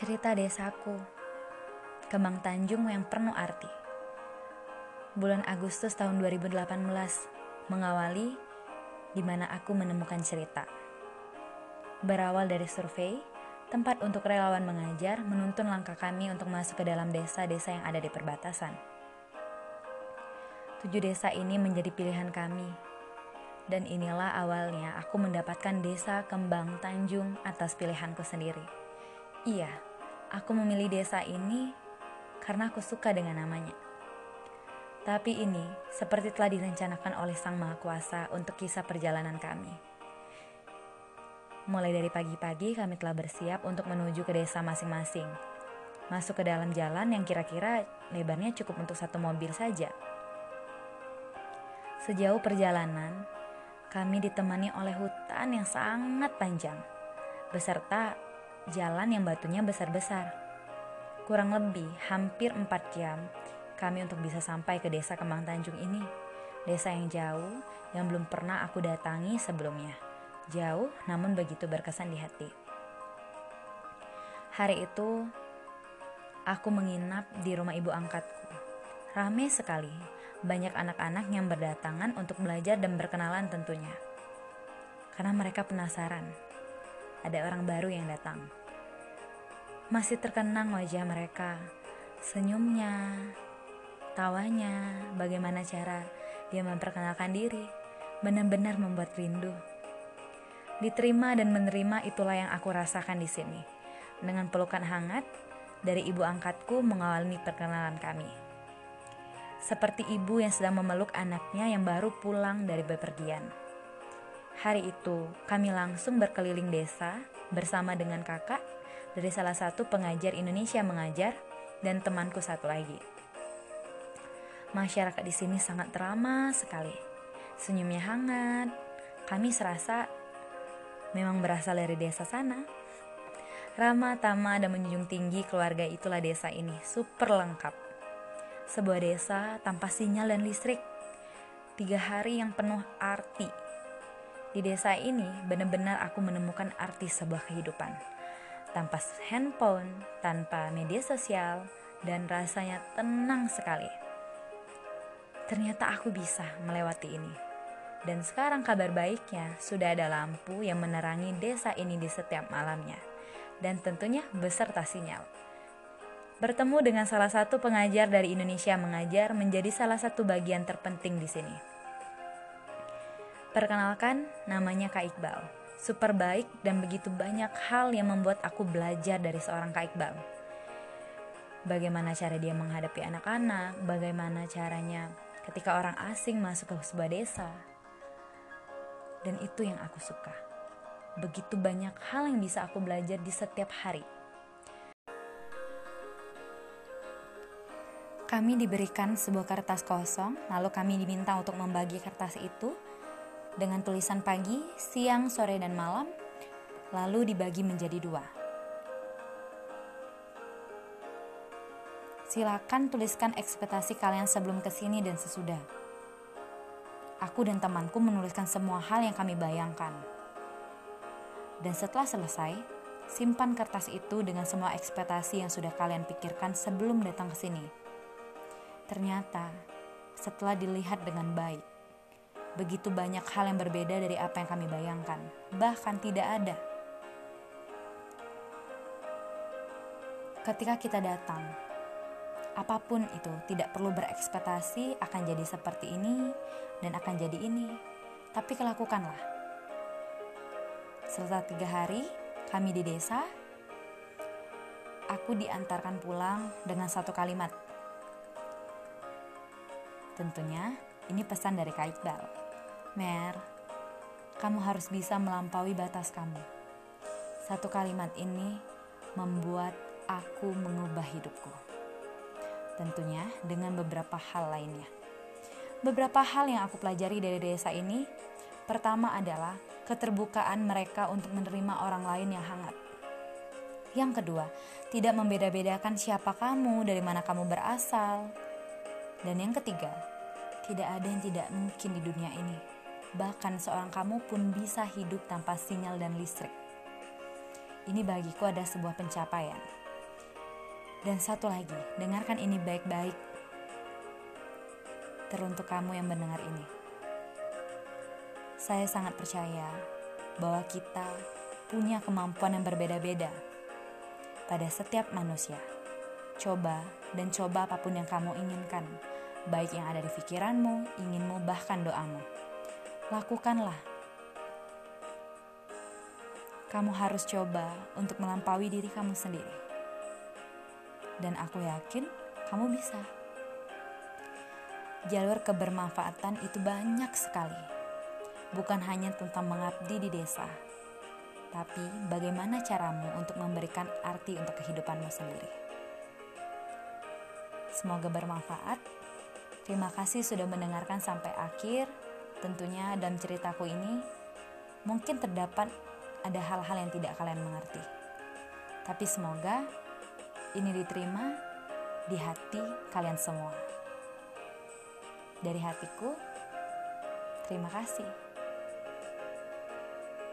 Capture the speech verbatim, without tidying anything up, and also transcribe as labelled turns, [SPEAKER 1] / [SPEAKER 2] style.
[SPEAKER 1] Cerita desaku, Kembang Tanjung yang penuh arti. Bulan Agustus tahun dua ribu delapan belas mengawali di mana aku menemukan cerita. Berawal dari survei, tempat untuk relawan mengajar menuntun langkah kami untuk masuk ke dalam desa-desa yang ada di perbatasan. Tujuh desa ini menjadi pilihan kami. Dan inilah awalnya aku mendapatkan desa Kembang Tanjung atas pilihanku sendiri. Iya, aku memilih desa ini karena aku suka dengan namanya. Tapi ini seperti telah direncanakan oleh Sang Maha Kuasa untuk kisah perjalanan kami. Mulai dari pagi-pagi kami telah bersiap untuk menuju ke desa masing-masing. Masuk ke dalam jalan yang kira-kira lebarnya cukup untuk satu mobil saja. Sejauh perjalanan, kami ditemani oleh hutan yang sangat panjang, beserta jalan yang batunya besar-besar. Kurang lebih hampir empat jam kami untuk bisa sampai ke desa Kembang Tanjung ini. Desa yang jauh, yang belum pernah aku datangi sebelumnya. Jauh namun begitu berkesan di hati. Hari itu, aku menginap di rumah ibu angkatku. Ramai sekali, banyak anak-anak yang berdatangan untuk belajar dan berkenalan tentunya. Karena mereka penasaran, ada orang baru yang datang. Masih terkenang wajah mereka, senyumnya, tawanya, bagaimana cara dia memperkenalkan diri, benar-benar membuat rindu. Diterima dan menerima itulah yang aku rasakan di sini. Dengan pelukan hangat dari ibu angkatku mengawali perkenalan kami. Seperti ibu yang sedang memeluk anaknya yang baru pulang dari bepergian. Hari itu kami langsung berkeliling desa bersama dengan kakak dari salah satu pengajar Indonesia mengajar dan temanku satu lagi. Masyarakat di sini sangat ramah sekali. Senyumnya hangat. Kami serasa memang berasal dari desa sana. Ramah, tamah, dan menjunjung tinggi keluarga itulah desa ini. Super lengkap. Sebuah desa tanpa sinyal dan listrik. Tiga hari yang penuh arti. Di desa ini benar-benar aku menemukan arti sebuah kehidupan. Tanpa handphone, tanpa media sosial, dan rasanya tenang sekali. Ternyata aku bisa melewati ini. Dan sekarang kabar baiknya, sudah ada lampu yang menerangi desa ini di setiap malamnya. Dan tentunya beserta sinyal. Bertemu dengan salah satu pengajar dari Indonesia mengajar menjadi salah satu bagian terpenting di sini. Perkenalkan, namanya Kak Iqbal. Super baik dan begitu banyak hal yang membuat aku belajar dari seorang Kak Iqbal. Bagaimana cara dia menghadapi anak-anak, bagaimana caranya ketika orang asing masuk ke sebuah desa. Dan itu yang aku suka. Begitu banyak hal yang bisa aku belajar di setiap hari. Kami diberikan sebuah kertas kosong, lalu kami diminta untuk membagi kertas itu dengan tulisan pagi, siang, sore, dan malam, lalu dibagi menjadi dua. Silakan tuliskan ekspektasi kalian sebelum kesini dan sesudah. Aku dan temanku menuliskan semua hal yang kami bayangkan. Dan setelah selesai, simpan kertas itu dengan semua ekspektasi yang sudah kalian pikirkan sebelum datang ke sini. Ternyata, setelah dilihat dengan baik, begitu banyak hal yang berbeda dari apa yang kami bayangkan. Bahkan tidak ada. Ketika kita datang, apapun itu tidak perlu berekspektasi akan jadi seperti ini dan akan jadi ini. Tapi lakukanlah. Setelah tiga hari kami di desa, aku diantarkan pulang dengan satu kalimat. Tentunya ini pesan dari Kak Iqbal. Mer, kamu harus bisa melampaui batas kamu. Satu kalimat ini membuat aku mengubah hidupku. Tentunya dengan beberapa hal lainnya. Beberapa hal yang aku pelajari dari desa ini, pertama adalah keterbukaan mereka untuk menerima orang lain yang hangat. Yang kedua, tidak membeda-bedakan siapa kamu, dari mana kamu berasal. Dan yang ketiga, tidak ada yang tidak mungkin di dunia ini. Bahkan seorang kamu pun bisa hidup tanpa sinyal dan listrik. Ini bagiku ada sebuah pencapaian. Dan satu lagi, dengarkan ini baik-baik. Teruntuk kamu yang mendengar ini. Saya sangat percaya bahwa kita punya kemampuan yang berbeda-beda pada setiap manusia. Coba dan coba apapun yang kamu inginkan, baik yang ada di pikiranmu, inginmu, bahkan doamu. Lakukanlah. Kamu harus coba untuk melampaui diri kamu sendiri. Dan aku yakin kamu bisa. Jalur kebermanfaatan itu banyak sekali. Bukan hanya tentang mengabdi di desa, tapi bagaimana caramu untuk memberikan arti untuk kehidupanmu sendiri. Semoga bermanfaat. Terima kasih sudah mendengarkan sampai akhir. Tentunya dalam ceritaku ini mungkin terdapat ada hal-hal yang tidak kalian mengerti. Tapi semoga ini diterima di hati kalian semua. Dari hatiku, terima kasih.